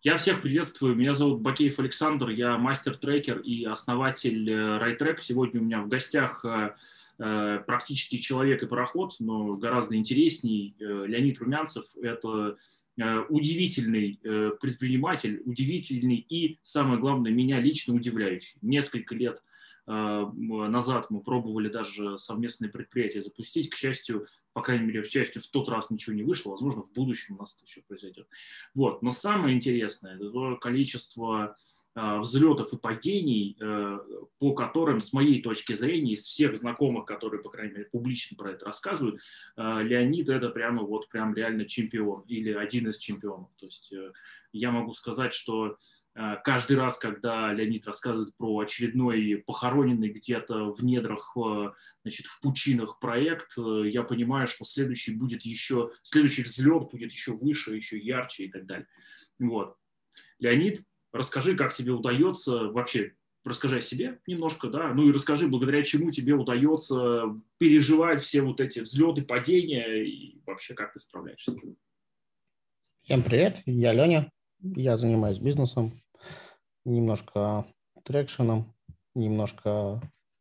Я всех приветствую. Меня зовут Бакеев Александр. Я мастер-трекер и основатель RideTrack. Сегодня у меня в гостях практически человек и пароход, но гораздо интересней Леонид Румянцев. Это удивительный предприниматель, удивительный и, самое главное, меня лично удивляющий. Несколько лет назад мы пробовали даже совместное предприятие запустить. К счастью, по крайней мере, к счастью, в тот раз ничего не вышло. Возможно, в будущем у нас это еще произойдет. Вот. Но самое интересное – это то количество взлетов и падений, по которым, с моей точки зрения, из всех знакомых, которые, по крайней мере, публично про это рассказывают, Леонид – это прямо вот прям реально чемпион или один из чемпионов. То есть я могу сказать, что каждый раз, когда Леонид рассказывает про очередной похороненный где-то в недрах, значит, в пучинах проект, я понимаю, что следующий взлет будет еще выше, еще ярче и так далее. Вот. Леонид, расскажи, как тебе удается вообще, расскажи о себе немножко, да, ну и расскажи, благодаря чему тебе удается переживать все вот эти взлеты, падения и вообще как ты справляешься. Всем привет, я Леня, я занимаюсь бизнесом, немножко трекшеном, немножко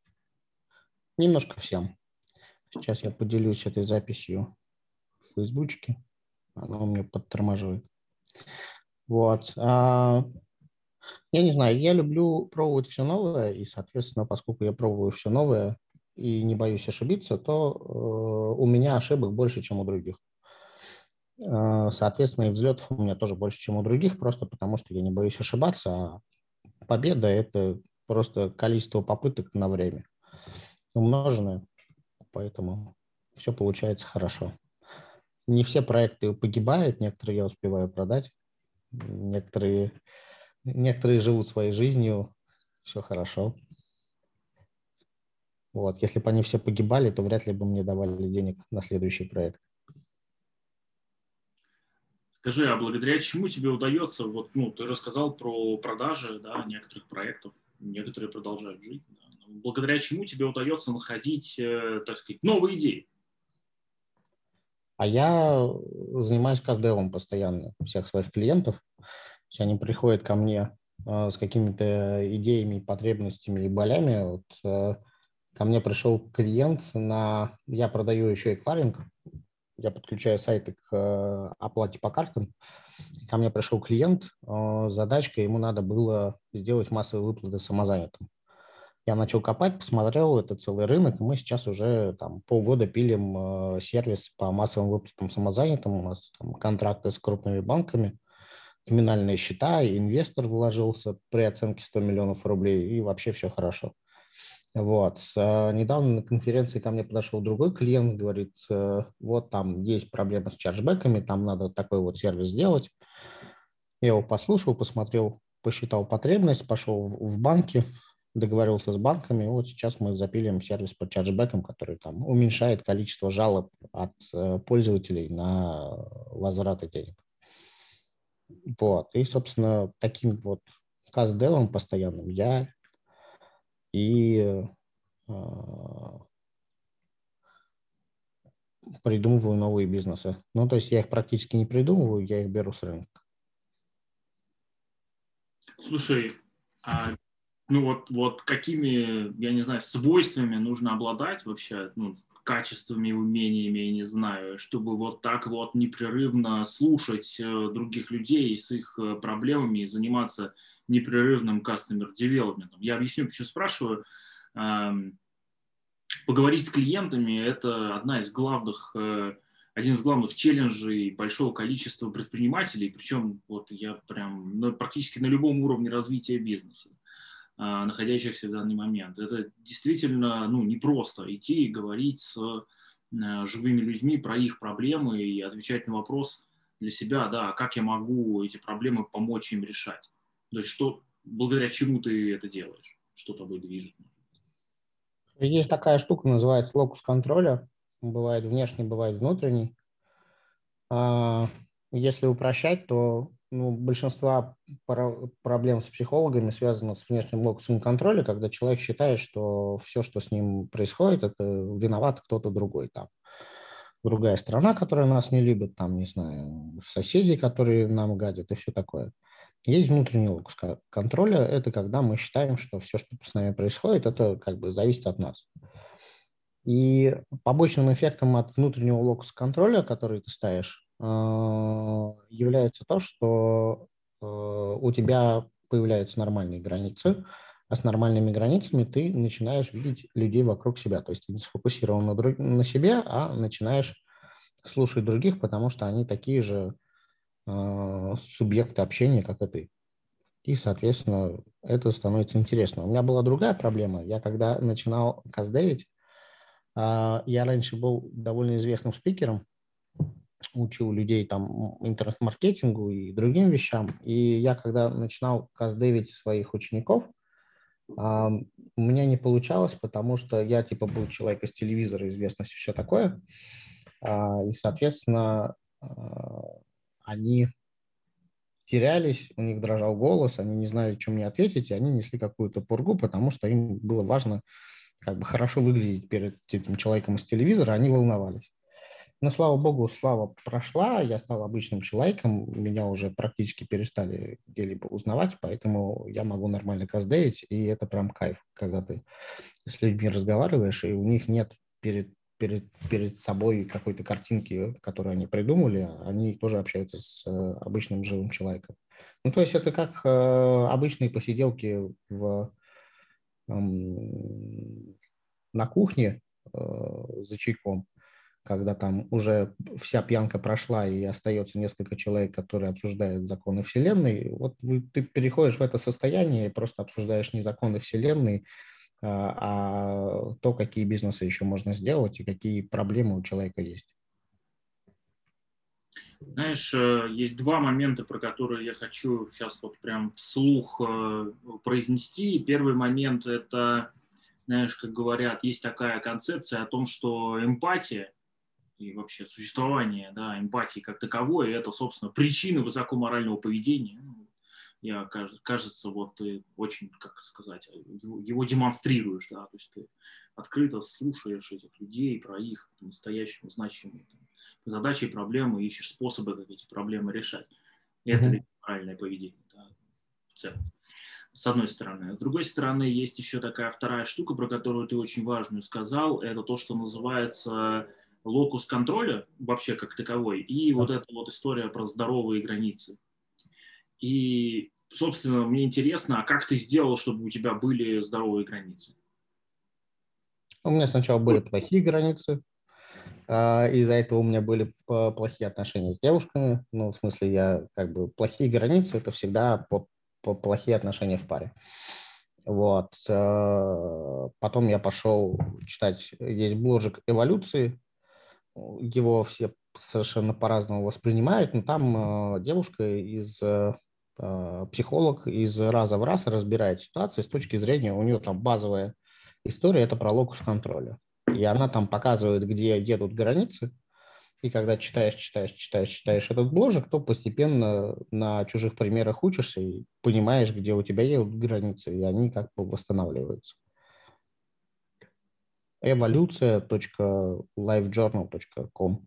всем. Сейчас я поделюсь этой записью в Фейсбучке, она у меня подтормаживает. Вот. Я не знаю, я люблю пробовать все новое, и, соответственно, поскольку я пробую все новое и не боюсь ошибиться, то у меня ошибок больше, чем у других. Соответственно, и взлетов у меня тоже больше, чем у других, просто потому что я не боюсь ошибаться, а победа – это просто количество попыток на время умноженное, поэтому все получается хорошо. Не все проекты погибают, некоторые я успеваю продать, некоторые живут своей жизнью, все хорошо. Вот. Если бы они все погибали, то вряд ли бы мне давали денег на следующий проект. Скажи, а благодаря чему тебе удается, вот, ну, ты рассказал про продажи, да, некоторых проектов, некоторые продолжают жить, да, благодаря чему тебе удается находить, так сказать, новые идеи? А я занимаюсь каздевом постоянно всех своих клиентов. Они приходят ко мне с какими-то идеями, потребностями и болями. Вот, ко мне пришел клиент Я продаю еще эквайринг. Я подключаю сайты к оплате по картам. Ко мне пришел клиент с задачкой, ему надо было сделать массовые выплаты самозанятым. Я начал копать, посмотрел, это целый рынок, и мы сейчас уже там полгода пилим сервис по массовым выплатам самозанятым. У нас там контракты с крупными банками, номинальные счета, и инвестор вложился при оценке 100 миллионов рублей, и вообще все хорошо. Вот. Недавно на конференции ко мне подошел другой клиент, говорит, вот там есть проблема с чарджбэками, там надо такой вот сервис сделать. Я его послушал, посмотрел, посчитал потребность, пошел в банки, договорился с банками, и вот сейчас мы запилим сервис по чарджбэкам, который там уменьшает количество жалоб от пользователей на возвраты денег. Вот. И, собственно, таким вот каздевом постоянным я и придумываю новые бизнесы. Ну, то есть я их практически не придумываю, я их беру с рынка. Слушай, ну вот какими, я не знаю, свойствами нужно обладать вообще, ну, качествами, умениями, я не знаю, чтобы вот так вот непрерывно слушать других людей с их проблемами и заниматься непрерывным customer development. Я объясню, почему спрашиваю. Поговорить с клиентами – это один из главных челленджей большого количества предпринимателей, причем вот я прям практически на любом уровне развития бизнеса, находящихся в данный момент. Это действительно непросто идти и говорить с живыми людьми про их проблемы и отвечать на вопрос для себя, да, как я могу эти проблемы помочь им решать. То есть благодаря чему ты это делаешь, что тобой движет. Есть такая штука, называется локус контроля. Бывает внешний, бывает внутренний. Если упрощать, то большинство проблем с психологами связано с внешним локусом контроля, когда человек считает, что все, что с ним происходит, это виноват кто-то другой. Там другая страна, которая нас не любит, там, не знаю, соседи, которые нам гадят и все такое. Есть внутренний локус контроля. Это когда мы считаем, что все, что с нами происходит, это как бы зависит от нас. И побочным эффектом от внутреннего локуса контроля, который ты ставишь, является то, что у тебя появляются нормальные границы, а с нормальными границами ты начинаешь видеть людей вокруг себя. То есть ты не сфокусирован на себе, а начинаешь слушать других, потому что они такие же субъекты общения, как и ты. И, соответственно, это становится интересно. У меня была другая проблема. Я когда начинал каздевить, я раньше был довольно известным спикером, учил людей там интернет-маркетингу и другим вещам. И я, когда начинал каздевить своих учеников, у меня не получалось, потому что я типа был человек из телевизора, известность и все такое. И, соответственно, они терялись, у них дрожал голос, они не знали, что мне ответить, и они несли какую-то пургу, потому что им было важно как бы хорошо выглядеть перед этим человеком из телевизора, они волновались. Но, слава богу, слава прошла, я стал обычным человеком, меня уже практически перестали где-либо узнавать, поэтому я могу нормально каздевить, и это прям кайф, когда ты с людьми разговариваешь, и у них нет перед собой какой-то картинки, которую они придумали, они тоже общаются с обычным живым человеком. Ну, то есть это как обычные посиделки на кухне за чайком, когда там уже вся пьянка прошла и остается несколько человек, которые обсуждают законы Вселенной, вот ты переходишь в это состояние и просто обсуждаешь не законы Вселенной, а то, какие бизнесы еще можно сделать и какие проблемы у человека есть. Знаешь, есть два момента, про которые я хочу сейчас вот прям вслух произнести. Первый момент – это, знаешь, как говорят, есть такая концепция о том, что эмпатия и вообще существование, да, эмпатии как таковой – это, собственно, причина высокоморального поведения. Я, кажется, вот ты очень, как сказать, его демонстрируешь, да, то есть ты открыто слушаешь этих людей, про их настоящие значимые задачи и проблемы, ищешь способы, как эти проблемы решать. И это ведь правильное поведение, да, в целом. С одной стороны. С другой стороны, есть еще такая вторая штука, про которую ты очень важную сказал, это то, что называется локус контроля, вообще как таковой, и вот эта вот история про здоровые границы. И, собственно, мне интересно, а как ты сделал, чтобы у тебя были здоровые границы? У меня сначала были плохие границы, из-за этого у меня были плохие отношения с девушками. Ну, в смысле, я как бы плохие границы – это всегда плохие отношения в паре. Вот. Потом я пошел читать, есть бложек эволюции, его все совершенно по-разному воспринимают, но там психолог из раза в раз разбирает ситуацию с точки зрения, у нее там базовая история, это про локус контроля. И она там показывает, где едут границы, и когда читаешь этот бложек, то постепенно на чужих примерах учишься и понимаешь, где у тебя едут границы, и они как бы восстанавливаются. evoluция.lifejournal.com.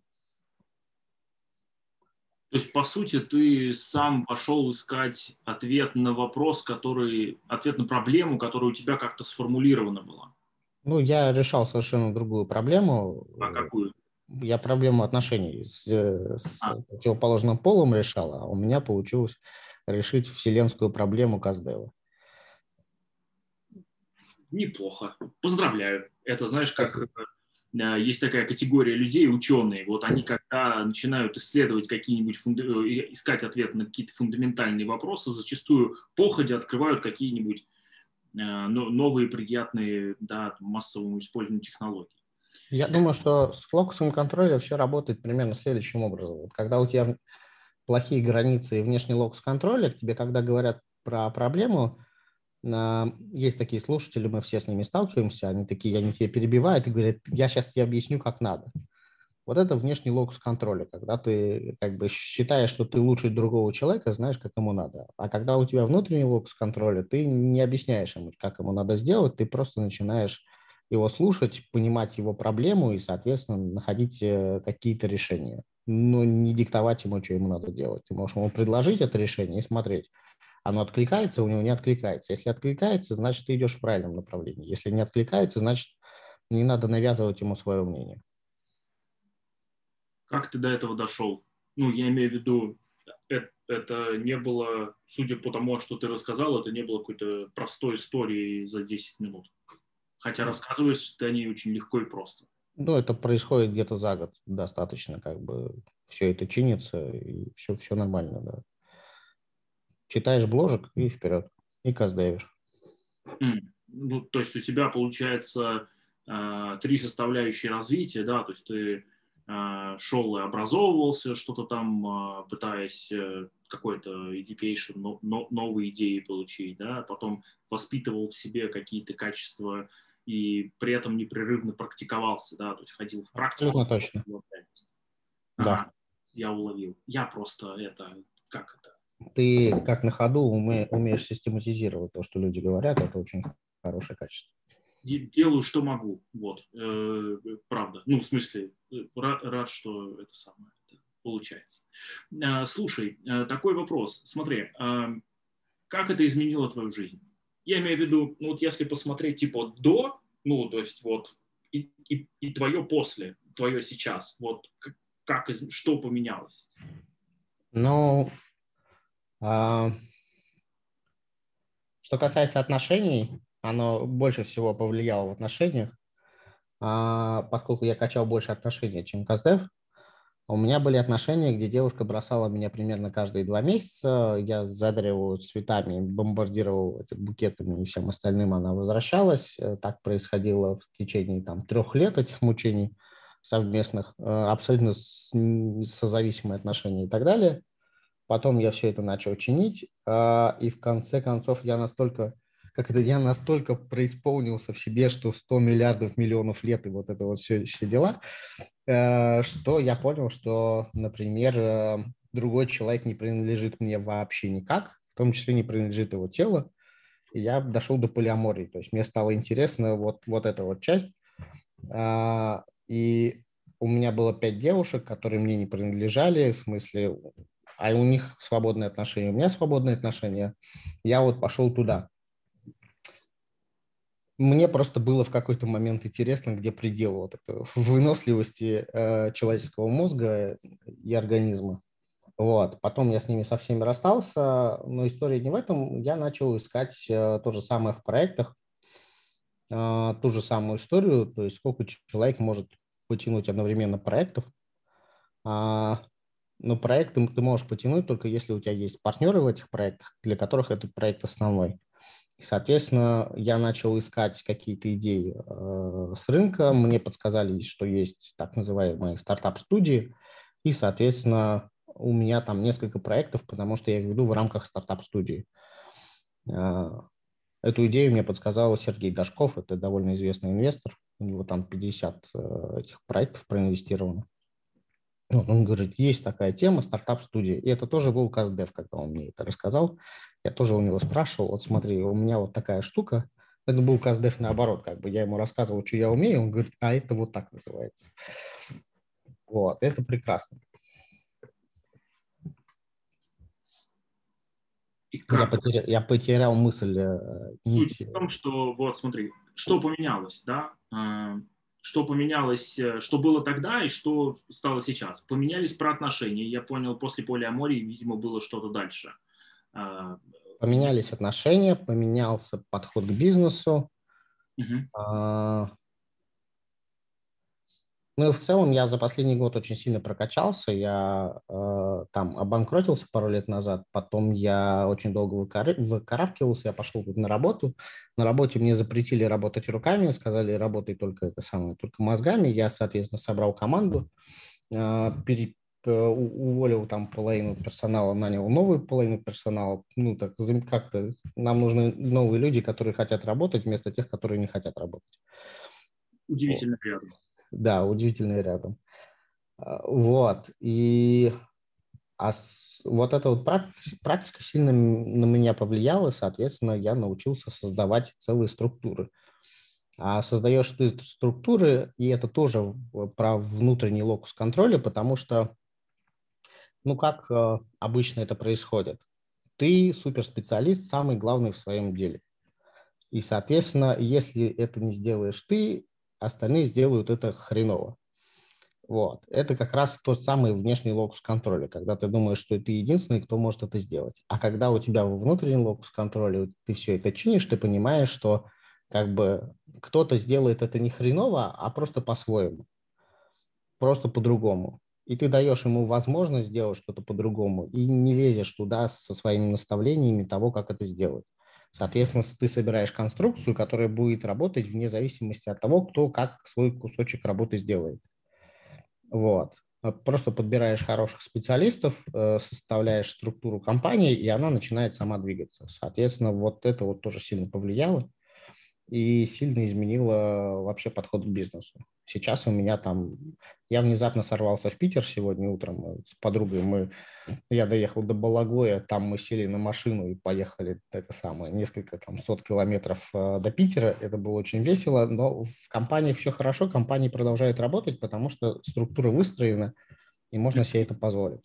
То есть, по сути, ты сам пошел искать ответ на вопрос, ответ на проблему, которая у тебя как-то сформулирована была. Ну, я решал совершенно другую проблему. А какую? Я проблему отношений с противоположным полом решал, а у меня получилось решить вселенскую проблему Каздева. Неплохо. Поздравляю. Это, знаешь, как есть такая категория людей, ученые, вот они когда начинают исследовать искать ответ на какие-то фундаментальные вопросы, зачастую походя открывают какие-нибудь новые приятные, да, массовому использованию технологий. Я думаю, что с фокусом контроля все работает примерно следующим образом. Вот когда у тебя плохие границы и внешний локус контроля, тебе когда говорят про проблему, есть такие слушатели, мы все с ними сталкиваемся, они тебе перебивают и говорят, я сейчас тебе объясню, как надо. Вот это внешний локус контроля, когда ты как бы считаешь, что ты лучше другого человека, знаешь, как ему надо. А когда у тебя внутренний локус контроля, ты не объясняешь ему, как ему надо сделать, ты просто начинаешь его слушать, понимать его проблему и, соответственно, находить какие-то решения. Но не диктовать ему, что ему надо делать. Ты можешь ему предложить это решение и смотреть, Оно откликается, у него не откликается. Если откликается, значит, ты идешь в правильном направлении. Если не откликается, значит, не надо навязывать ему свое мнение. Как ты до этого дошел? Ну, я имею в виду, это не было, судя по тому, что ты рассказал, это не было какой-то простой историей за 10 минут. Хотя рассказываешь ты о ней очень легко и просто. Ну, это происходит где-то за год достаточно, как бы все это чинится, и все нормально, да. Читаешь бложек и вперед, и каздевишь. Ну, то есть у тебя получается три составляющие развития, да, то есть ты шел и образовывался, что-то там пытаясь какой-то education, новые идеи получить, да, потом воспитывал в себе какие-то качества и при этом непрерывно практиковался, да, то есть ходил в практику. Абсолютно точно. Да. Ага, я уловил. Я просто это, как это? Ты как на ходу умеешь систематизировать то, что люди говорят, это очень хорошее качество. Делаю, что могу. Вот. Правда. Ну, в смысле, рад, что это самое получается. Слушай, такой вопрос. Смотри, как это изменило твою жизнь? Я имею в виду, ну, вот если посмотреть типа до, ну, то есть вот и твое после, твое сейчас, вот как, что поменялось? Ну, что касается отношений, оно больше всего повлияло в отношениях, поскольку я качал больше отношений, чем каздев. У меня были отношения, где девушка бросала меня примерно каждые 2 месяца. Я задаривал цветами, бомбардировал букетами и всем остальным. Она возвращалась. Так происходило в течение 3 лет этих мучений совместных, абсолютно созависимые отношения и так далее. Потом я все это начал чинить, и в конце концов я настолько преисполнился в себе, что 100 миллиардов миллионов лет и вот это вот все дела, что я понял, что, например, другой человек не принадлежит мне вообще никак, в том числе не принадлежит его тело, и я дошел до полиамории, то есть мне стало интересно вот эта вот часть, и у меня было 5 девушек, которые мне не принадлежали, в смысле, а у них свободные отношения, у меня свободные отношения, я вот пошел туда. Мне просто было в какой-то момент интересно, где предел вот этой выносливости человеческого мозга и организма. Вот. Потом я с ними со всеми расстался, но история не в этом. Я начал искать то же самое в проектах, ту же самую историю, то есть сколько человек может потянуть одновременно проектов. Но проекты ты можешь потянуть только если у тебя есть партнеры в этих проектах, для которых этот проект основной. И, соответственно, я начал искать какие-то идеи с рынка. Мне подсказали, что есть так называемые стартап-студии. И, соответственно, у меня там несколько проектов, потому что я их веду в рамках стартап-студии. Эту идею мне подсказал Сергей Дашков. Это довольно известный инвестор. У него там 50 этих проектов проинвестировано. Он говорит, есть такая тема, стартап-студия. И это тоже был каздев, когда он мне это рассказал. Я тоже у него спрашивал, вот смотри, у меня вот такая штука. Это был каздев наоборот, как бы я ему рассказывал, что я умею, он говорит, а это вот так называется. Вот, это прекрасно. И как? Я потерял мысль, Суть нить. в том, что вот смотри, что поменялось, да? Что поменялось, что было тогда и что стало сейчас. Поменялись про отношения. Я понял, после полиамории, видимо, было что-то дальше. Поменялись отношения, поменялся подход к бизнесу. Угу. Ну и в целом я за последний год очень сильно прокачался. Я там обанкротился пару лет назад, потом я очень долго выкарабкивался, я пошел на работу. На работе мне запретили работать руками, сказали, работай только только мозгами. Я, соответственно, собрал команду, уволил там половину персонала, нанял новую половину персонала. Ну так как-то нам нужны новые люди, которые хотят работать, вместо тех, которые не хотят работать. Удивительно рядом. Да, удивительный рядом. Вот. И вот эта вот практика сильно на меня повлияла, соответственно, я научился создавать целые структуры. А создаешь ты структуры, и это тоже про внутренний локус контроля, потому что, ну, как обычно это происходит? ты суперспециалист, самый главный в своем деле. И, соответственно, если это не сделаешь ты, остальные сделают это хреново. Вот. Это как раз тот самый внешний локус контроля, когда ты думаешь, что ты единственный, кто может это сделать. А когда у тебя внутренний локус контроля, ты все это чинишь, ты понимаешь, что как бы кто-то сделает это не хреново, а просто по-своему, просто по-другому. И ты даешь ему возможность сделать что-то по-другому и не лезешь туда со своими наставлениями того, как это сделать. Соответственно, ты собираешь конструкцию, которая будет работать вне зависимости от того, кто как свой кусочек работы сделает. Вот. Просто подбираешь хороших специалистов, составляешь структуру компании, и она начинает сама двигаться. Соответственно, вот это вот тоже сильно повлияло и сильно изменило вообще подход к бизнесу. Сейчас у меня там... Я внезапно сорвался в Питер сегодня утром с подругой. Я доехал до Балагоя, там мы сели на машину и поехали это самое, несколько там сот километров до Питера. Это было очень весело, но в компаниях все хорошо, компании продолжают работать, потому что структура выстроена, и можно себе это позволить.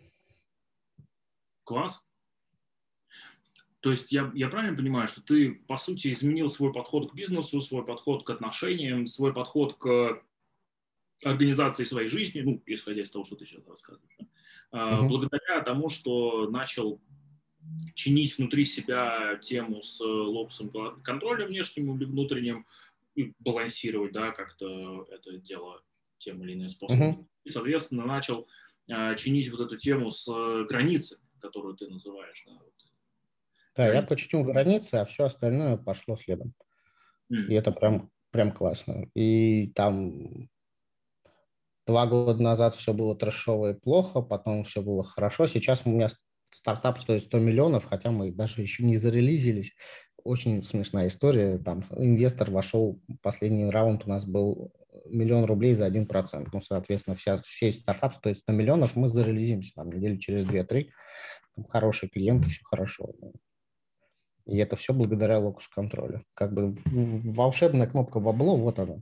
Класс. То есть я правильно понимаю, что ты, по сути, изменил свой подход к бизнесу, свой подход к отношениям, свой подход к организации своей жизни, ну, исходя из того, что ты сейчас рассказываешь, да? Благодаря тому, что начал чинить внутри себя тему с локусом контроля внешним или внутренним и балансировать, да, как-то это дело тем или иным способом. И, соответственно, начал чинить вот эту тему с границы, которую ты называешь. Да, вот. Да, я починил границы, а все остальное пошло следом. И это прям классно. И там 2 года назад все было трэшово и плохо, потом все было хорошо. Сейчас у меня стартап стоит 100 миллионов, хотя мы даже еще не зарелизились. Очень смешная история. Там инвестор вошел, последний раунд у нас был 1 000 000 рублей за 1%. Ну, соответственно, весь стартап стоит 100 миллионов, мы зарелизимся там недели через 2-3. Там хороший клиент, все хорошо. И это все благодаря локус контролю. Как бы волшебная кнопка бабло, вот она.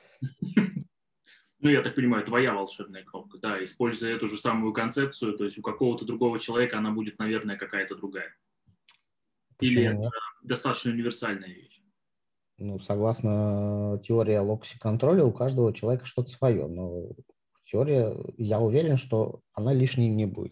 Ну, я так понимаю, твоя волшебная кнопка, да, используя эту же самую концепцию, то есть у какого-то другого человека она будет, наверное, какая-то другая. Почему Или это нет? достаточно универсальная вещь? Ну, согласно теории локуса контроля, у каждого человека что-то свое, но теория, я уверен, что она лишней не будет.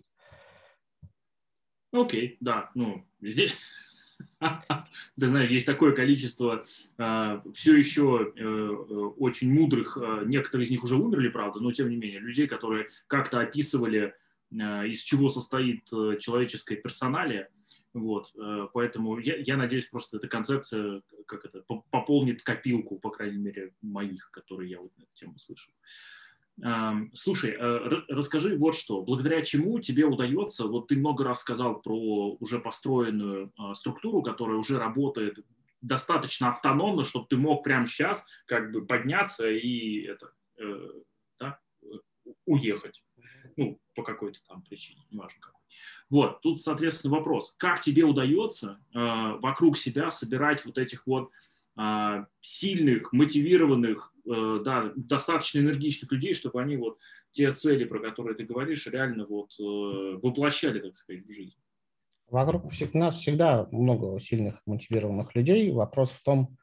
Окей, да, ну, здесь, ты знаешь, есть такое количество все еще очень мудрых, некоторые из них уже умерли, правда, но тем не менее, людей, которые как-то описывали, из чего состоит человеческая персоналия, вот, поэтому я надеюсь, просто эта концепция как это, пополнит копилку, по крайней мере, моих, которые я вот на эту тему слышал. Слушай, расскажи вот что. Благодаря чему тебе удается, вот ты много раз сказал про уже построенную структуру, которая уже работает достаточно автономно, чтобы ты мог прямо сейчас как бы подняться и да, уехать. Ну, по какой-то там причине, неважно какой. Вот, тут, соответственно, вопрос. Как тебе удается вокруг себя собирать вот этих вот сильных, мотивированных, да, достаточно энергичных людей, чтобы они вот те цели, про которые ты говоришь, реально вот воплощали, так сказать, в жизнь? Вокруг нас всегда много сильных, мотивированных людей. Вопрос в том,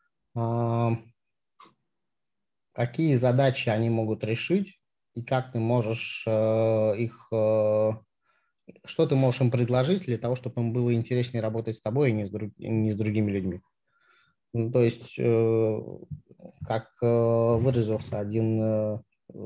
какие задачи они могут решить и как ты можешь что ты можешь им предложить для того, чтобы им было интереснее работать с тобой и не с другими людьми. Ну, то есть, как выразился один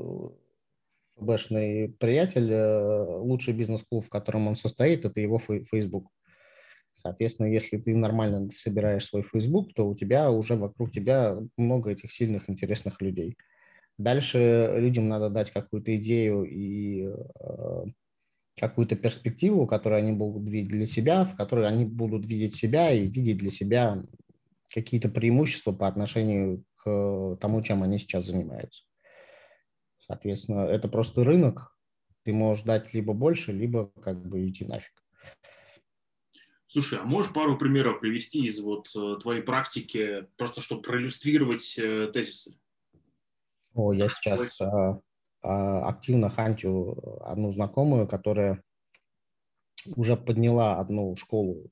ФБшный приятель, лучший бизнес-клуб, в котором он состоит, это его Facebook. Соответственно, если ты нормально собираешь свой Facebook, то у тебя уже вокруг тебя много этих сильных, интересных людей. Дальше людям надо дать какую-то идею и какую-то перспективу, которую они будут видеть для себя, в которой они будут видеть себя и видеть для себя какие-то преимущества по отношению к тому, чем они сейчас занимаются. Соответственно, это просто рынок. Ты можешь дать либо больше, либо как бы идти нафиг. Слушай, а можешь пару примеров привести из вот твоей практики, просто чтобы проиллюстрировать тезисы? Я сейчас активно хантю одну знакомую, которая уже подняла одну школу,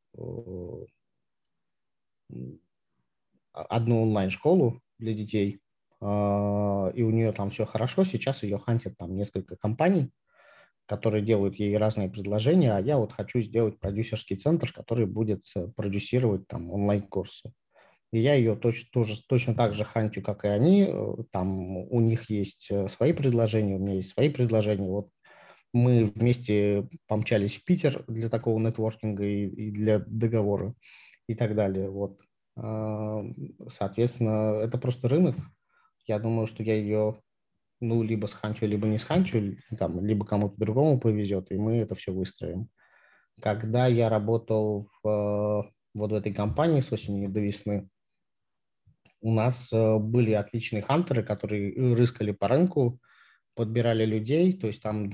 одну онлайн-школу для детей, и у нее там все хорошо. Сейчас ее хантят там несколько компаний, которые делают ей разные предложения, а я вот хочу сделать продюсерский центр, который будет продюсировать там онлайн-курсы. И я ее точно так же хантю, как и они. Там у них есть свои предложения, у меня есть свои предложения. Вот мы вместе помчались в Питер для такого нетворкинга и для договора и так далее. Вот. Соответственно, это просто рынок. Я думаю, что я ее либо сханчу, либо не сханчу, там, либо кому-то другому повезет, и мы это все выстроим. Когда я работал вот в этой компании с осени до весны, у нас были отличные хантеры, которые рыскали по рынку, подбирали людей, то есть там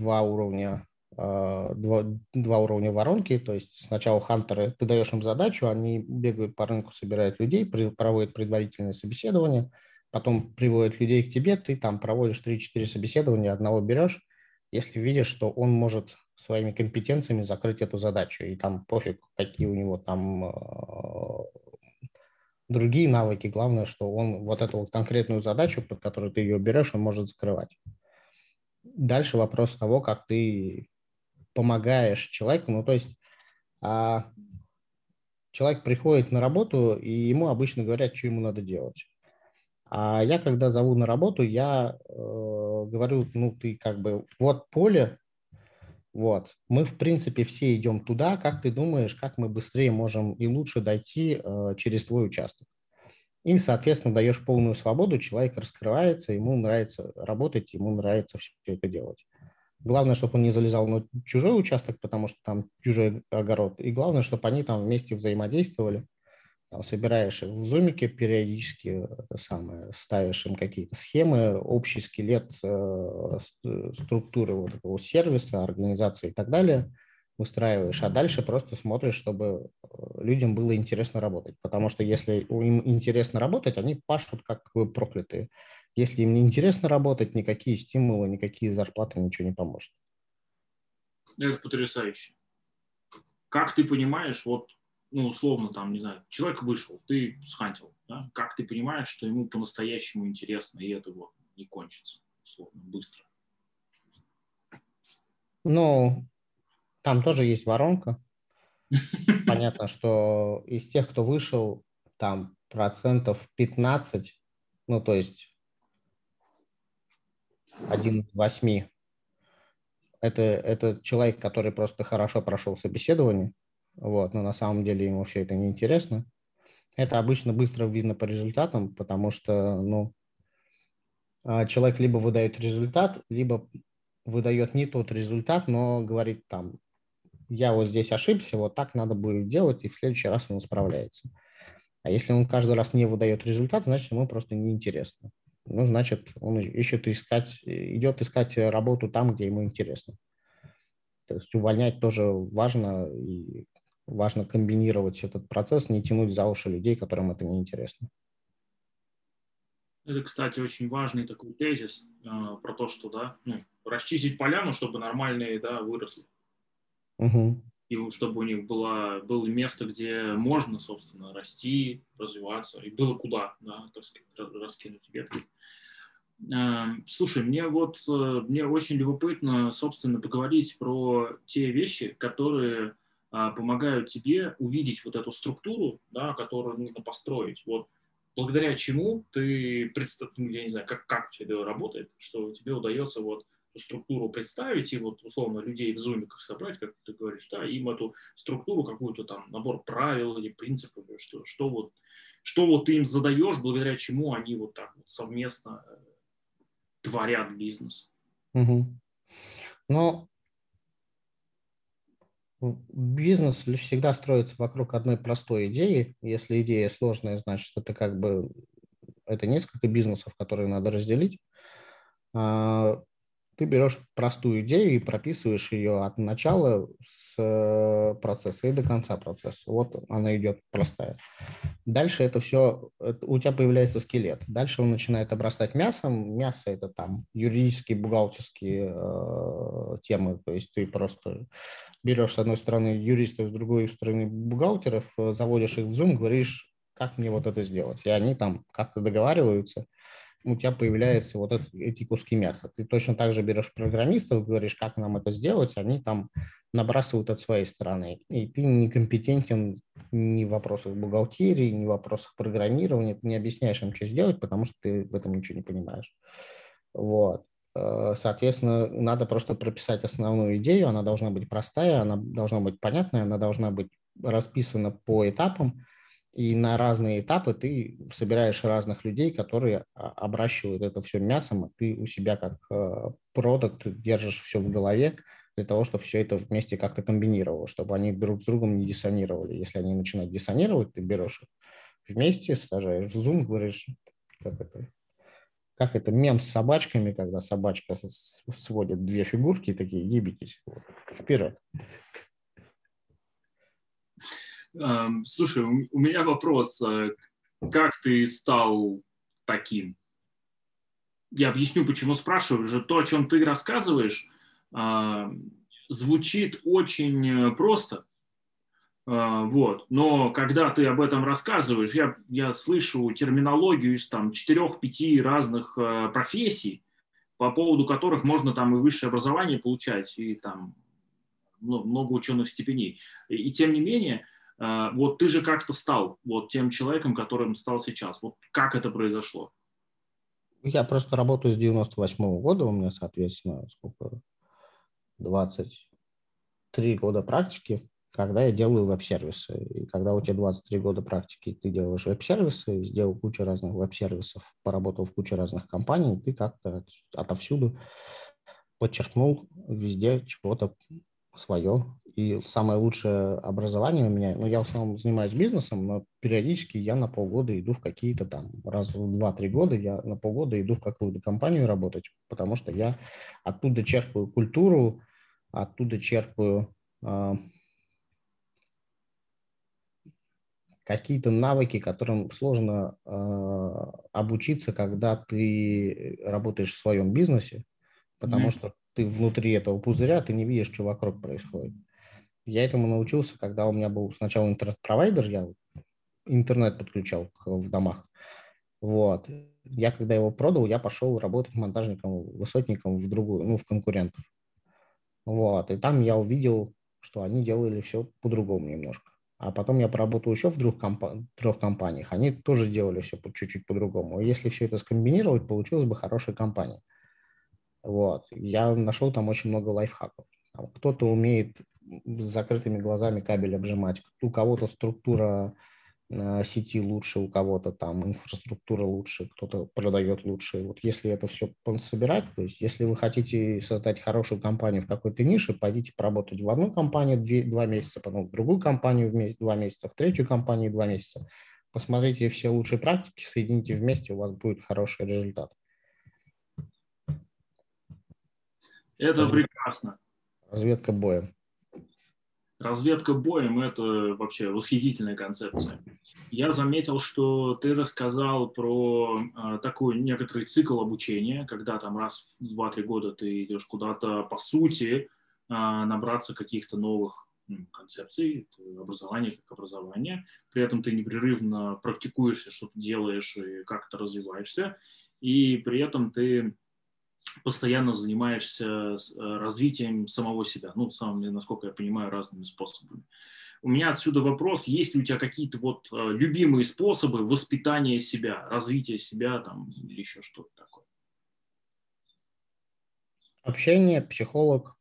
два уровня воронки, то есть сначала хантеры, ты даешь им задачу, они бегают по рынку, собирают людей, проводят предварительное собеседование, потом приводят людей к тебе, ты там проводишь 3-4 собеседования, одного берешь, если видишь, что он может своими компетенциями закрыть эту задачу, и там пофиг, какие у него там другие навыки, главное, что он вот эту вот конкретную задачу, под которую ты ее берешь, он может закрывать. Дальше вопрос того, как ты помогаешь человеку. Ну, то есть человек приходит на работу, и ему обычно говорят, что ему надо делать. А я, когда зову на работу, я говорю, ты как бы, вот поле, вот, мы, в принципе, все идем туда, как ты думаешь, как мы быстрее можем и лучше дойти через твой участок. И, соответственно, даешь полную свободу, человек раскрывается, ему нравится работать, ему нравится все это делать. Главное, чтобы он не залезал на чужой участок, потому что там чужой огород. И главное, чтобы они там вместе взаимодействовали. Там собираешь их в зумике периодически, это самое, ставишь им какие-то схемы, общий скелет структуры вот этого сервиса, организации и так далее выстраиваешь, а дальше просто смотришь, чтобы людям было интересно работать. Потому что если им интересно работать, они пашут как проклятые. Если им не интересно работать, никакие стимулы, никакие зарплаты, ничего не поможет. Это потрясающе. Как ты понимаешь, вот, условно, там, не знаю, человек вышел, ты схантил, да? Как ты понимаешь, что ему по-настоящему интересно, и это вот не кончится, условно, быстро? Ну, там тоже есть воронка. Понятно, что из тех, кто вышел, там 15%, то есть 1 из 8, это человек, который просто хорошо прошел собеседование, вот, но на самом деле ему все это неинтересно. Это обычно быстро видно по результатам, потому что, человек либо выдает результат, либо выдает не тот результат, но говорит там, я вот здесь ошибся, вот так надо будет делать, и в следующий раз он справляется. А если он каждый раз не выдает результат, значит, ему просто неинтересно. Значит, он идет искать работу там, где ему интересно. То есть увольнять тоже важно, и важно комбинировать этот процесс, не тянуть за уши людей, которым это неинтересно. Это, кстати, очень важный такой тезис про то, что, да, расчистить поляну, чтобы нормальные, да, выросли. Угу. И чтобы у них было место, где можно, собственно, расти, развиваться, и было куда, да, так сказать, раскинуть ветки. Слушай, мне очень любопытно, собственно, поговорить про те вещи, которые помогают тебе увидеть вот эту структуру, да, которую нужно построить. Вот благодаря чему ты я не знаю, как у тебя это работает, что тебе удается вот эту структуру представить и вот условно людей в зумиках собрать, как ты говоришь, да, им эту структуру, какую-то там набор правил или принципов, что вот ты им задаешь, благодаря чему они вот так вот совместно творят бизнес. Угу. Но бизнес всегда строится вокруг одной простой идеи. Если идея сложная, значит, это несколько бизнесов, которые надо разделить. Ты берешь простую идею и прописываешь ее от начала с процесса и до конца процесса. Вот она идет простая. Дальше это все, у тебя появляется скелет. Дальше он начинает обрастать мясом. Мясо – это там юридические, бухгалтерские темы. То есть ты просто берешь с одной стороны юристов, с другой стороны бухгалтеров, заводишь их в Zoom, говоришь, как мне вот это сделать. И они там как-то договариваются, у тебя появляются вот эти куски мяса. Ты точно так же берешь программистов, говоришь, как нам это сделать, они там набрасывают от своей стороны. И ты некомпетентен ни в вопросах бухгалтерии, ни в вопросах программирования, ты не объясняешь им, что сделать, потому что ты в этом ничего не понимаешь. Вот. Соответственно, надо просто прописать основную идею, она должна быть простая, она должна быть понятная, она должна быть расписана по этапам, и на разные этапы ты собираешь разных людей, которые обращивают это все мясом, а ты у себя как продукт держишь все в голове для того, чтобы все это вместе как-то комбинировало, чтобы они друг с другом не диссонировали. Если они начинают диссонировать, ты берешь их вместе, сажаешь в Zoom, говоришь, как это мем с собачками, когда собачка сводит две фигурки и такие, ебитесь, вперед. Слушай, у меня вопрос. Как ты стал таким? Я объясню, почему спрашиваю. Же то, о чем ты рассказываешь, звучит очень просто. Вот. Но когда ты об этом рассказываешь, я слышу терминологию из там 4-5 разных профессий, по поводу которых можно там и высшее образование получать, и там много ученых степеней. И тем не менее, вот ты же как-то стал вот тем человеком, которым стал сейчас. Вот как это произошло? Я просто работаю с 98-го года, у меня, соответственно, сколько, 23 года практики, когда я делаю веб-сервисы. И когда у тебя 23 года практики, ты делаешь веб-сервисы, сделал кучу разных веб-сервисов, поработал в куче разных компаний, ты как-то отовсюду подчеркнул везде чего-то свое. И самое лучшее образование у меня, ну, я в основном занимаюсь бизнесом, но периодически я на полгода иду в какие-то там, раз в 2-3 года я на полгода иду в какую-то компанию работать, потому что я оттуда черпаю культуру, оттуда черпаю какие-то навыки, которым сложно обучиться, когда ты работаешь в своем бизнесе, потому что ты внутри этого пузыря, ты не видишь, что вокруг происходит. Я этому научился, когда у меня был сначала интернет-провайдер, я интернет подключал в домах. Вот. Я когда его продал, я пошел работать монтажником, высотником в другую, ну, в конкурентов. Вот. И там я увидел, что они делали все по-другому немножко. А потом я поработал еще в трех компаниях. Они тоже делали все чуть-чуть по-другому. И если все это скомбинировать, получилась бы хорошая компания. Вот. Я нашел там очень много лайфхаков. Кто-то умеет с закрытыми глазами кабель обжимать, у кого-то структура сети лучше, у кого-то там инфраструктура лучше, кто-то продает лучше. Вот если это все собирать, то есть если вы хотите создать хорошую компанию в какой-то нише, пойдите поработать в одну компанию 2 месяца, потом в другую компанию 2 месяца, в третью компанию 2 месяца. Посмотрите все лучшие практики, соедините вместе, у вас будет хороший результат. Это прекрасно. Разведка боем. Разведка боем – это вообще восхитительная концепция. Я заметил, что ты рассказал про такой некоторый цикл обучения, когда там раз в 2-3 года ты идешь куда-то, по сути, набраться каких-то новых концепций, образования как образование. При этом ты непрерывно практикуешься, что ты делаешь и как то развиваешься. И при этом ты постоянно занимаешься развитием самого себя, ну, самыми, насколько я понимаю, разными способами. У меня отсюда вопрос, есть ли у тебя какие-то вот любимые способы воспитания себя, развития себя там или еще что-то такое? Общение, психолог,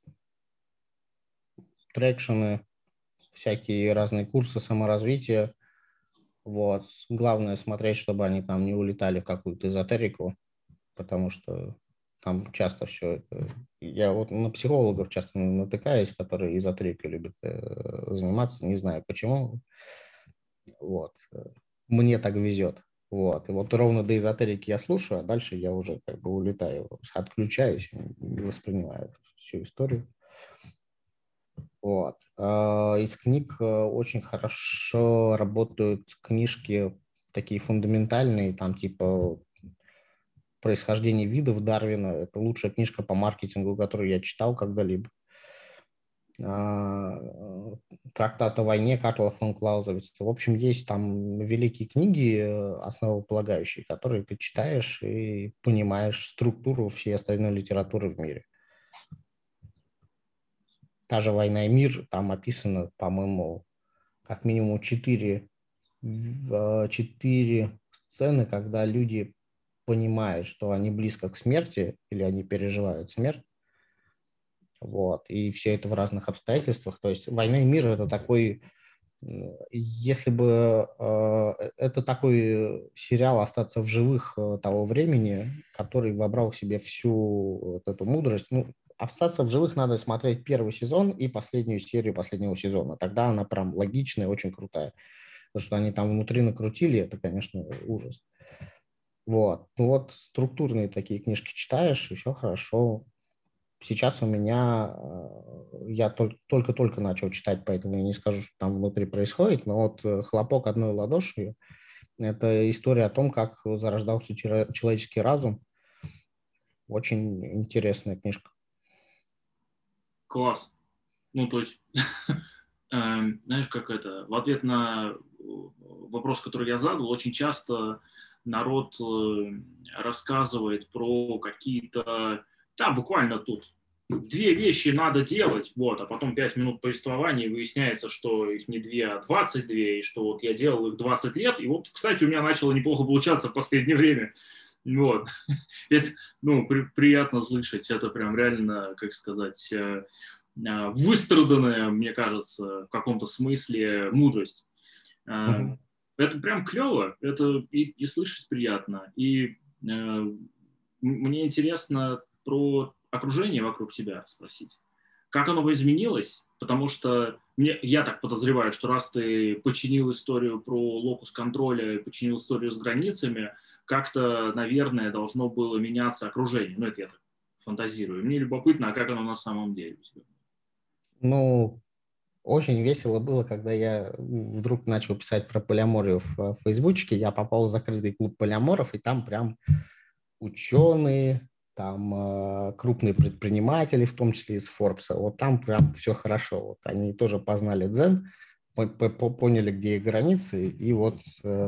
трекшены, всякие разные курсы саморазвития. Вот. Главное смотреть, чтобы они там не улетали в какую-то эзотерику, потому что там часто все это... Я вот на психологов часто натыкаюсь, которые эзотерикой любят заниматься, не знаю почему. Вот. Мне так везет. Вот. И вот ровно до эзотерики я слушаю, а дальше я уже как бы улетаю, отключаюсь, не воспринимаю всю историю. Вот. Из книг очень хорошо работают книжки такие фундаментальные, там типа «Происхождение видов» Дарвина. Это лучшая книжка по маркетингу, которую я читал когда-либо. А, Трактат о войне Картла фон Клаузевица. В общем, есть там великие книги, основополагающие, которые ты читаешь и понимаешь структуру всей остальной литературы в мире. Та же «Война и мир», там описано, по-моему, как минимум четыре сцены, когда люди понимают, что они близко к смерти или они переживают смерть. Вот. И все это в разных обстоятельствах. То есть «Война и мир» — это такой, если бы это такой сериал «Остаться в живых» того времени, который вобрал в себе всю вот эту мудрость. Ну, «Остаться в живых» надо смотреть первый сезон и последнюю серию последнего сезона. Тогда она прям логичная, очень крутая. Потому что они там внутри накрутили, это, конечно, ужас. Вот. Ну вот структурные такие книжки читаешь, и все хорошо. Сейчас у меня, я только-только начал читать, поэтому я не скажу, что там внутри происходит, но вот «Хлопок одной ладошью» — это история о том, как зарождался человеческий разум. Очень интересная книжка. Класс. Ну, то есть, знаешь, как это, в ответ на вопрос, который я задал, очень часто народ рассказывает про какие-то, да, буквально тут две вещи надо делать, вот, а потом 5 минут повествования, и выясняется, что их не две, а 22, и что вот я делал их 20 лет, и вот, кстати, у меня начало неплохо получаться в последнее время, вот. Это, ну, приятно слышать, это прям реально, как сказать, выстраданная, мне кажется, в каком-то смысле мудрость. Мгм. Это прям клево, это и слышать приятно. И мне интересно про окружение вокруг тебя спросить. Как оно бы изменилось? Потому что я так подозреваю, что раз ты починил историю про локус контроля и починил историю с границами, как-то, наверное, должно было меняться окружение. Ну, это я так фантазирую. Мне любопытно, а как оно на самом деле у тебя? Ну, очень весело было, когда я вдруг начал писать про полиаморию в Фейсбучке. Я попал в закрытый клуб полиаморов, и там прям ученые, там крупные предприниматели, в том числе из Форбса. Вот там прям все хорошо. Вот они тоже познали дзен, поняли, где их границы, и вот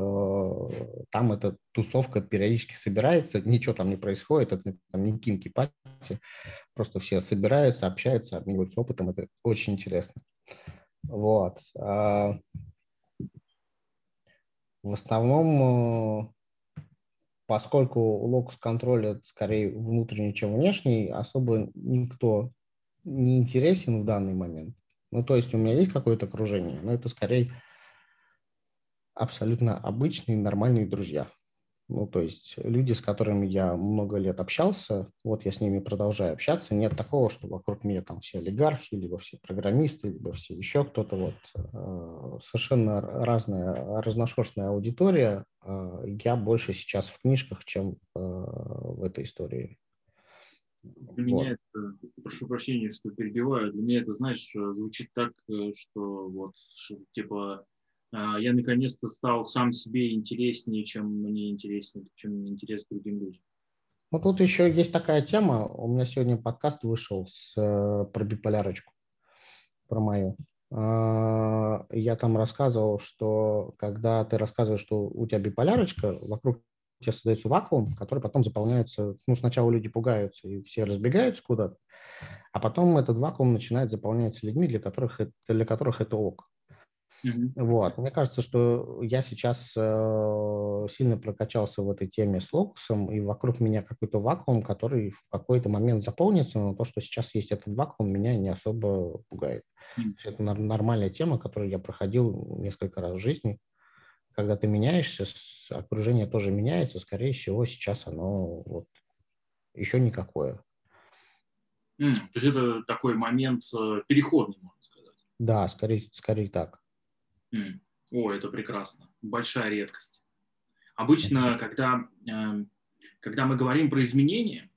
там эта тусовка периодически собирается, ничего там не происходит, это там не кинки-пати, просто все собираются, общаются, обмениваются опытом, это очень интересно. Вот. В основном поскольку локус-контроль это скорее внутренний, чем внешний, особо никто не интересен в данный момент. Ну, то есть у меня есть какое-то окружение, но это скорее абсолютно обычные, нормальные друзья. Ну, то есть люди, с которыми я много лет общался, вот я с ними продолжаю общаться. Нет такого, что вокруг меня там все олигархи, либо все программисты, либо все еще кто-то. Вот. Совершенно разная, разношерстная аудитория. Я больше сейчас в книжках, чем в этой истории. Для меня Вот. это, прошу прощения, что перебиваю, для меня это, знаешь, звучит так, что вот, типа, я наконец-то стал сам себе интереснее, чем мне интереснее, чем мне интересно другим людям. Ну, тут еще есть такая тема. У меня сегодня подкаст вышел про биполярочку, про мою. Я там рассказывал, что когда ты рассказываешь, что у тебя биполярочка, вокруг тебя создается вакуум, который потом заполняется. Ну, сначала люди пугаются и все разбегаются куда-то, а потом этот вакуум начинает заполняться людьми, для которых это ок. Мгм. Вот. Мне кажется, что я сейчас сильно прокачался в этой теме с локусом, и вокруг меня какой-то вакуум, который в какой-то момент заполнится, но то, что сейчас есть этот вакуум, меня не особо пугает. Мгм. То есть это нормальная тема, которую я проходил несколько раз в жизни. Когда ты меняешься, окружение тоже меняется, скорее всего, сейчас оно вот еще никакое. То есть это такой момент переходный, можно сказать. Да, скорее так. О, это прекрасно. Большая редкость. Обычно, когда мы говорим про изменения,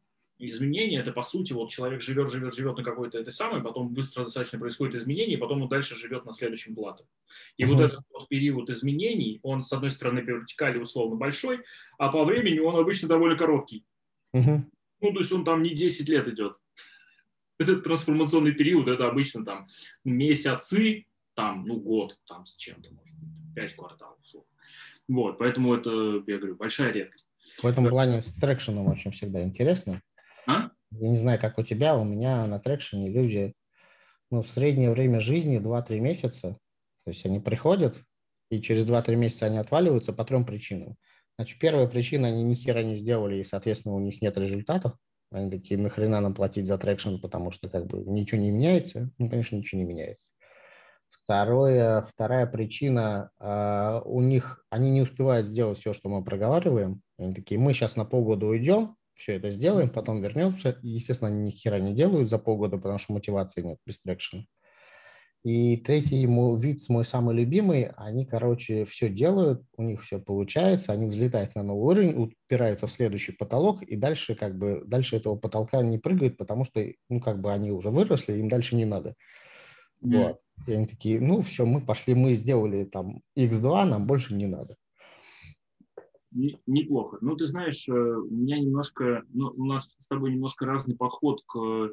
изменения, это, по сути, вот человек живет на какой-то этой самой, потом быстро достаточно происходит изменение, и потом он дальше живет на следующем плато. И вот этот вот период изменений, он, с одной стороны, по вертикали условно большой, а по времени он обычно довольно короткий. Ну, то есть он там не 10 лет идет. Этот трансформационный период, это обычно там месяцы, там, ну, год, там, с чем-то, может быть, 5 кварталов, условно. Вот, поэтому это, я говорю, большая редкость. В этом плане с трекшеном очень всегда интересно. А? Я не знаю, как у тебя, у меня на трекшене люди, ну, в среднее время жизни 2-3 месяца. То есть они приходят, и через 2-3 месяца они отваливаются по 3 причинам. Значит, первая причина, они ни хера не сделали, и, соответственно, у них нет результатов. Они такие, нахрена нам платить за трекшн, потому что как бы ничего не меняется. Ну, конечно, ничего не меняется. Вторая причина, у них, они не успевают сделать все, что мы проговариваем. Они такие, мы сейчас на полгода уйдем, все это сделаем, потом вернемся. И, естественно, они ни хера не делают за полгода, потому что мотивации нет без трекшена. И третий вид, мой самый любимый, они, короче, все делают, у них все получается, они взлетают на новый уровень, упираются в следующий потолок, и дальше как бы дальше этого потолка не прыгают, потому что, ну, как бы они уже выросли, им дальше не надо. Вот. И они такие, ну, все, мы пошли, мы сделали там X2, нам больше не надо. Неплохо. Ну, ты знаешь, у меня немножко, ну, у нас с тобой немножко разный подход к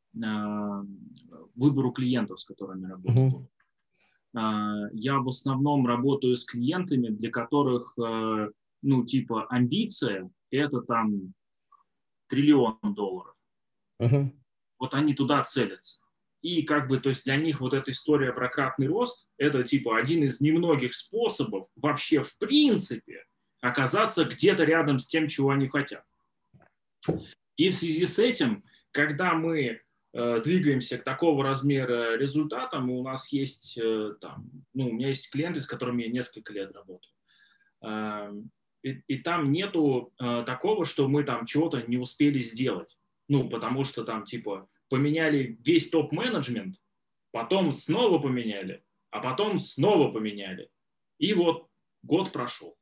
выбору клиентов, с которыми работаю. Я в основном работаю с клиентами, для которых, ну, типа, амбиция – это там $1 триллион. Вот они туда целятся. И как бы, то есть для них вот эта история про кратный рост – это типа один из немногих способов вообще в принципе оказаться где-то рядом с тем, чего они хотят. И в связи с этим, когда мы двигаемся к такого размера результатам, у нас есть там, ну, у меня есть клиенты, с которыми я несколько лет работаю. И там нету такого, что мы там чего-то не успели сделать. Ну, потому что там типа поменяли весь топ-менеджмент, потом снова поменяли, а потом снова поменяли. И вот год прошел.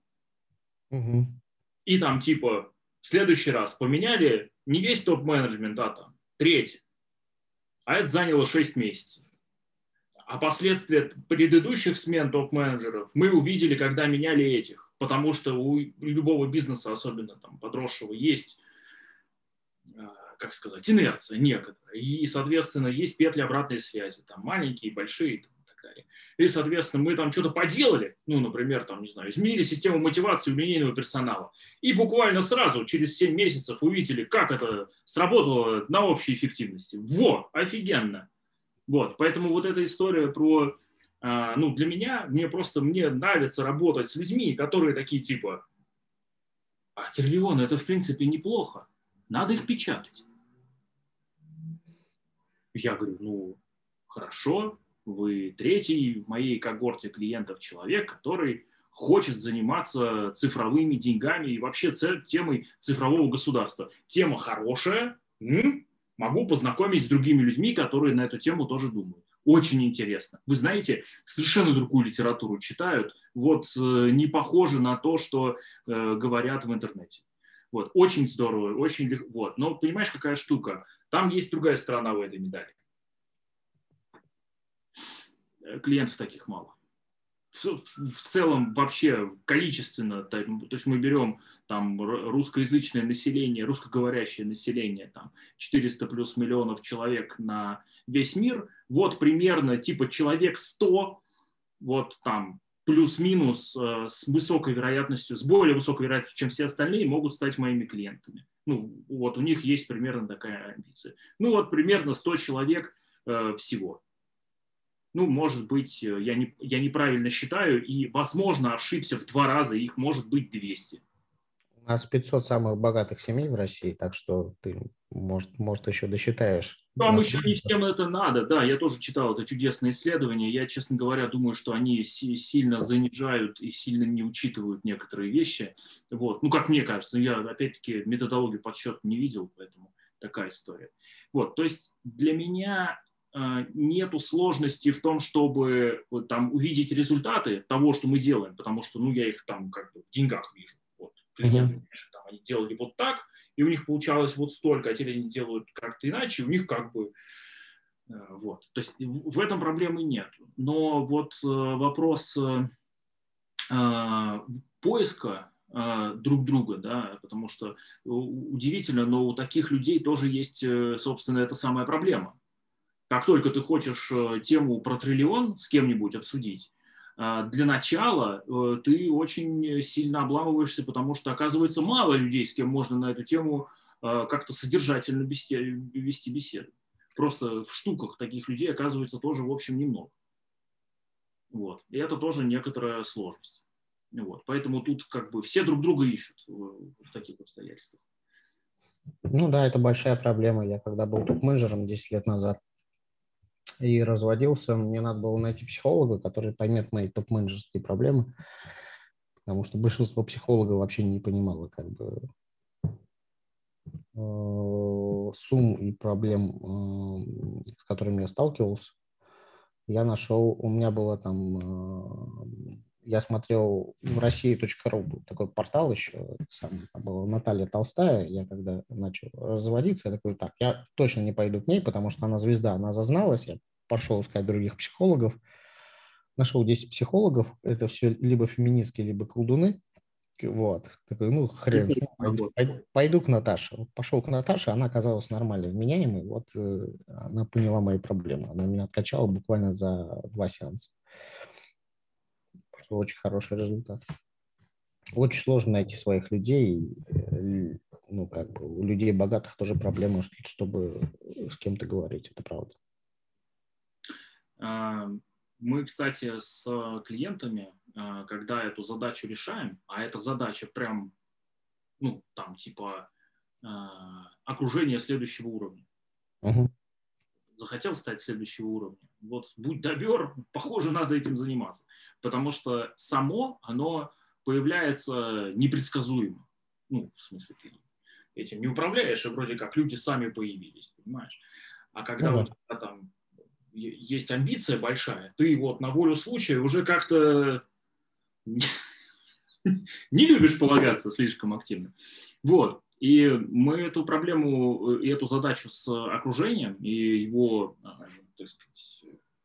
И там типа в следующий раз поменяли не весь топ-менеджмент, а там треть. А это заняло 6 месяцев. А последствия предыдущих смен топ-менеджеров мы увидели, когда меняли этих. Потому что у любого бизнеса, особенно там подросшего, есть, как сказать, инерция некоторая. И, соответственно, есть петли обратной связи. Там маленькие, большие и так далее. И, соответственно, мы там что-то поделали. Ну, например, там, не знаю, изменили систему мотивации у линейного персонала. И буквально сразу, через 7 месяцев, увидели, как это сработало на общей эффективности. Во, офигенно. Вот, поэтому вот эта история про, ну, для меня, мне нравится работать с людьми, которые такие типа, $1 триллион, это в принципе неплохо, надо их печатать. Я говорю, ну, хорошо, вы третий в моей когорте клиентов человек, который хочет заниматься цифровыми деньгами и вообще темой цифрового государства. Тема хорошая, могу познакомить с другими людьми, которые на эту тему тоже думают. Очень интересно. Вы знаете, совершенно другую литературу читают, вот не похоже на то, что говорят в интернете. Вот, очень здорово, очень легко. Вот. Но понимаешь, какая штука? Там есть другая сторона у этой медали. Клиентов таких мало. В целом вообще количественно, то есть мы берем там русскоязычное население, русскоговорящее население, там 400 плюс миллионов человек на весь мир, вот примерно типа человек 100, вот там плюс-минус с высокой вероятностью, с более высокой вероятностью, чем все остальные, могут стать моими клиентами. Ну вот у них есть примерно такая амбиция. Ну вот примерно 100 человек всего. Ну, может быть, я неправильно считаю, и, возможно, ошибся в 2 раза, их может быть 200. У нас 500 самых богатых семей в России, так что ты, может еще досчитаешь. Там еще не всем это надо, да, я тоже читал это чудесное исследование, я, честно говоря, думаю, что они сильно занижают и сильно не учитывают некоторые вещи, вот, ну, как мне кажется, я, опять-таки, методологию подсчета не видел, поэтому такая история. Вот, то есть для меня нету сложности в том, чтобы вот, там увидеть результаты того, что мы делаем, потому что, ну, я их там как бы в деньгах вижу. Вот, клиенты, там, они делали вот так, и у них получалось вот столько, а теперь они делают как-то иначе, у них как бы вот. То есть в этом проблемы нет. Но вот вопрос поиска друг друга, да, потому что удивительно, но у таких людей тоже есть, собственно, эта самая проблема. Как только ты хочешь тему про триллион с кем-нибудь обсудить, для начала ты очень сильно обламываешься, потому что оказывается мало людей, с кем можно на эту тему как-то содержательно вести беседу. Просто в штуках таких людей оказывается тоже, в общем, немного. Вот. И это тоже некоторая сложность. Вот. Поэтому тут как бы все друг друга ищут в таких обстоятельствах. Ну да, это большая проблема. Я когда был топ-менеджером 10 лет назад и разводился, мне надо было найти психолога, который поймет мои топ-менеджерские проблемы, потому что большинство психологов вообще не понимало как бы сумм и проблем, с которыми я сталкивался. Я нашел, у меня было там, я смотрел в России.ру, был такой портал еще, там была Наталья Толстая, я когда начал разводиться, я такой, так, я точно не пойду к ней, потому что она звезда, она зазналась, я пошел искать других психологов, нашел 10 психологов, это все либо феминистки, либо колдуны, вот, такой, ну, хрен с ним, пойду к Наташе. Вот пошел к Наташе, она оказалась нормально вменяемой, вот она поняла мои проблемы. Она меня откачала буквально за 2 сеанса. Что очень хороший результат. Очень сложно найти своих людей. Ну, как бы у людей богатых тоже проблемы, чтобы с кем-то говорить, это правда. Мы, кстати, с клиентами, когда эту задачу решаем, а эта задача прям, ну, там, типа, окружение следующего уровня. Угу. Захотел стать следующего уровня. Вот будь добер, похоже, надо этим заниматься. Потому что само оно появляется непредсказуемо. Ну, в смысле, ты этим не управляешь, и вроде как люди сами появились, понимаешь? А когда у тебя там есть амбиция большая, ты вот на волю случая уже как-то не любишь полагаться слишком активно. Вот. И мы эту проблему и эту задачу с окружением и его, так сказать,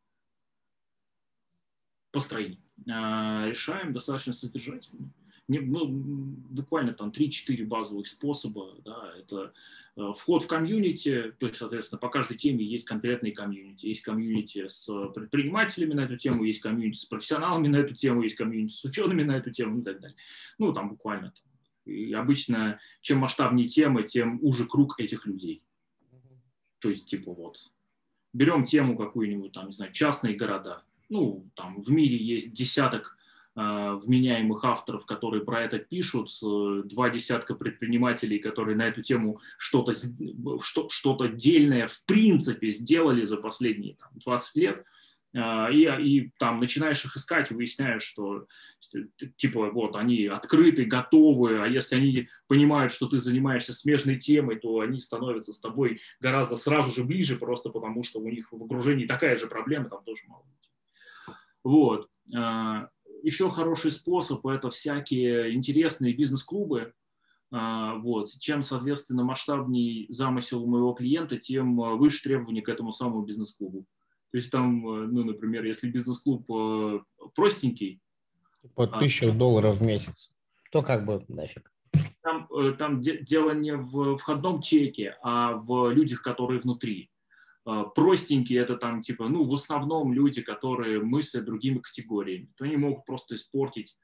построением решаем достаточно содержательно. Ну, буквально там 3-4 базовых способа. Да, это вход в комьюнити, то есть, соответственно, по каждой теме есть конкретные комьюнити. Есть комьюнити с предпринимателями на эту тему, есть комьюнити с профессионалами на эту тему, есть комьюнити с учеными на эту тему и так далее. Ну, там буквально. И обычно, чем масштабнее тема, тем уже круг этих людей. То есть, типа, вот, берем тему какую-нибудь, там, не знаю, частные города. Ну, там в мире есть десяток вменяемых авторов, которые про это пишут, 2 десятка предпринимателей, которые на эту тему что-то дельное в принципе сделали за последние там, 20 лет, и там начинаешь их искать и выясняешь, что типа вот они открыты, готовы, а если они понимают, что ты занимаешься смежной темой, то они становятся с тобой гораздо сразу же ближе, просто потому что у них в окружении такая же проблема, там тоже мало людей. Вот. Еще хороший способ – это всякие интересные бизнес-клубы. Вот. Чем, соответственно, масштабнее замысел у моего клиента, тем выше требования к этому самому бизнес-клубу. То есть там, ну, например, если бизнес-клуб простенький. По $1000 в месяц, то как бы нафиг. Там дело не в входном чеке, а в людях, которые внутри. Простенькие это там типа, ну, в основном люди, которые мыслят другими категориями. То они могут просто испортить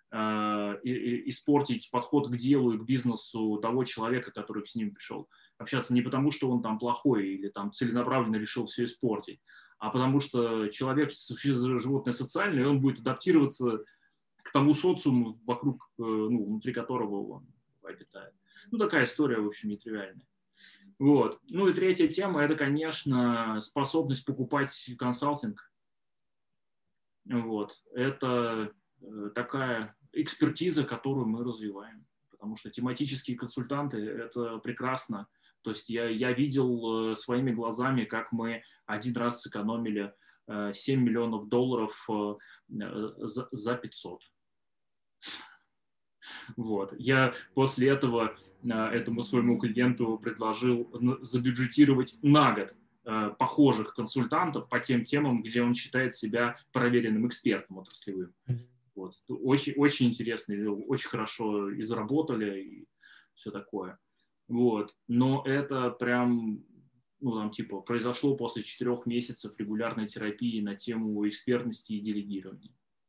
подход к делу и к бизнесу того человека, который с ним пришел. Общаться не потому, что он там плохой или там целенаправленно решил все испортить, а потому что человек животное социальное, и он будет адаптироваться к тому социуму, вокруг, ну, внутри которого он обитает. Ну, такая история, в общем, нетривиальная. Вот. Ну и третья тема – это, конечно, способность покупать консалтинг. Вот. Это такая экспертиза, которую мы развиваем. Потому что тематические консультанты – это прекрасно. То есть я видел своими глазами, как мы один раз сэкономили $7 миллионов за 500. Вот. Я после этого этому своему клиенту предложил забюджетировать на год похожих консультантов по тем темам, где он считает себя проверенным экспертом отраслевым. Вот. Очень, очень интересно, очень хорошо и заработали, и все такое. Вот. Но это прям, ну, там, типа, произошло после 4 месяцев регулярной терапии на тему экспертности и делегирования.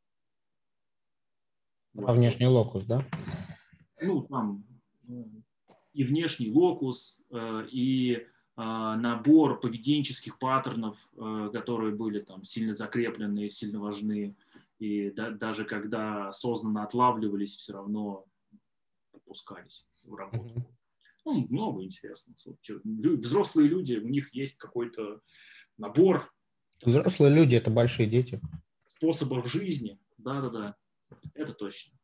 Вот. А внешний локус, да? Ну, там и внешний локус, и набор поведенческих паттернов, которые были там сильно закреплены, сильно важны, и даже когда осознанно отлавливались, все равно опускались в работу. Ну, много интересного. Взрослые люди, у них есть какой-то набор. Взрослые люди – это большие дети. Способов жизни. Да-да-да, это точно.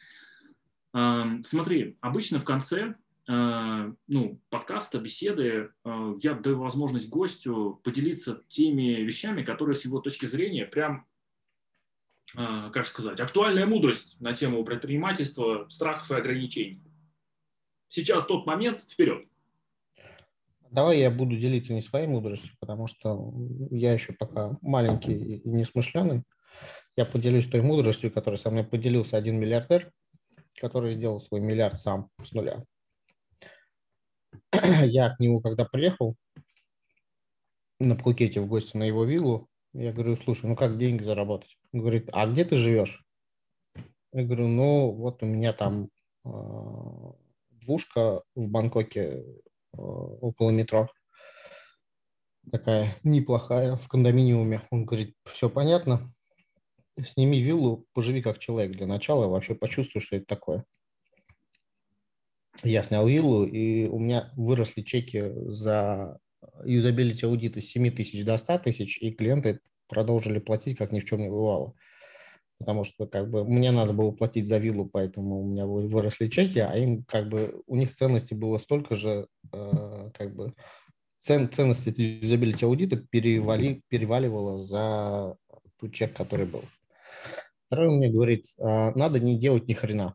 Смотри, обычно в конце подкаста, беседы, я даю возможность гостю поделиться теми вещами, которые с его точки зрения прям, как сказать, актуальная мудрость на тему предпринимательства, страхов и ограничений. Сейчас тот момент, вперед. Давай я буду делиться не своей мудростью, потому что я еще пока маленький и несмышленый. Я поделюсь той мудростью, которой со мной поделился один миллиардер, который сделал свой миллиард сам с нуля. Я к нему, когда приехал на Пхукете в гости на его виллу, я говорю, слушай, ну как деньги заработать? Он говорит, а где ты живешь? Я говорю, ну вот у меня там двушка в Бангкоке около метро. Такая неплохая, в кондоминиуме. Он говорит, все понятно, сними виллу, поживи как человек для начала, вообще почувствуй, что это такое. Я снял виллу, и у меня выросли чеки за юзабилити аудит из 7 тысяч до 100 тысяч, и клиенты продолжили платить, как ни в чем не бывало. Потому что как бы мне надо было платить за виллу, поэтому у меня выросли чеки, а им как бы у них ценности было столько же, как бы ценность юзабилити аудита переваливала за тот чек, который был. Второй он мне говорит, надо не делать ни хрена.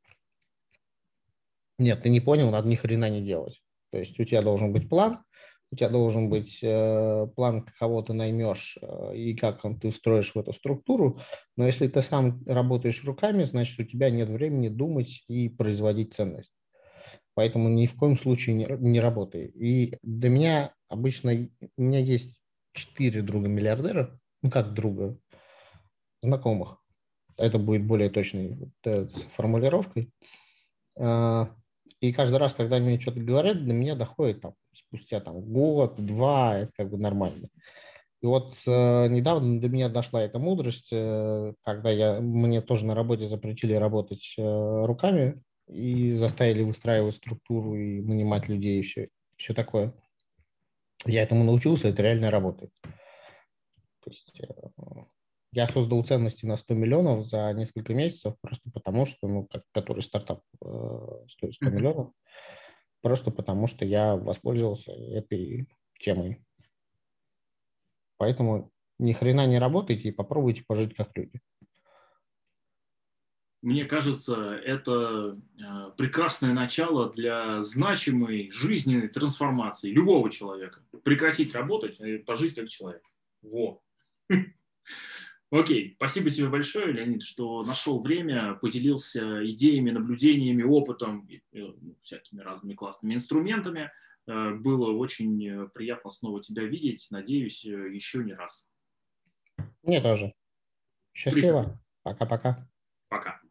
Нет, ты не понял, надо ни хрена не делать. То есть у тебя должен быть план, у тебя должен быть план, кого ты наймешь и как ты встроишь в эту структуру. Но если ты сам работаешь руками, значит, у тебя нет времени думать и производить ценность. Поэтому ни в коем случае не работай. И для меня обычно, у меня есть 4 друга-миллиардера, ну как друга, знакомых. Это будет более точной формулировкой. И каждый раз, когда мне что-то говорят, до меня доходит там, спустя год, два, это как бы нормально. И вот недавно до меня дошла эта мудрость, когда мне тоже на работе запретили работать руками и заставили выстраивать структуру и нанимать людей и все такое. Я этому научился, это реально работает. То есть я создал ценности на 100 миллионов за несколько месяцев просто потому, что, который стартап стоит 100 миллионов, просто потому что я воспользовался этой темой. Поэтому ни хрена не работайте и попробуйте пожить как люди. Мне кажется, это прекрасное начало для значимой жизненной трансформации любого человека. Прекратить работать и пожить как человек. Во. Окей, спасибо тебе большое, Леонид, что нашел время, поделился идеями, наблюдениями, опытом, всякими разными классными инструментами. Было очень приятно снова тебя видеть. Надеюсь, еще не раз. Мне тоже. Счастливо. Пока-пока. Пока.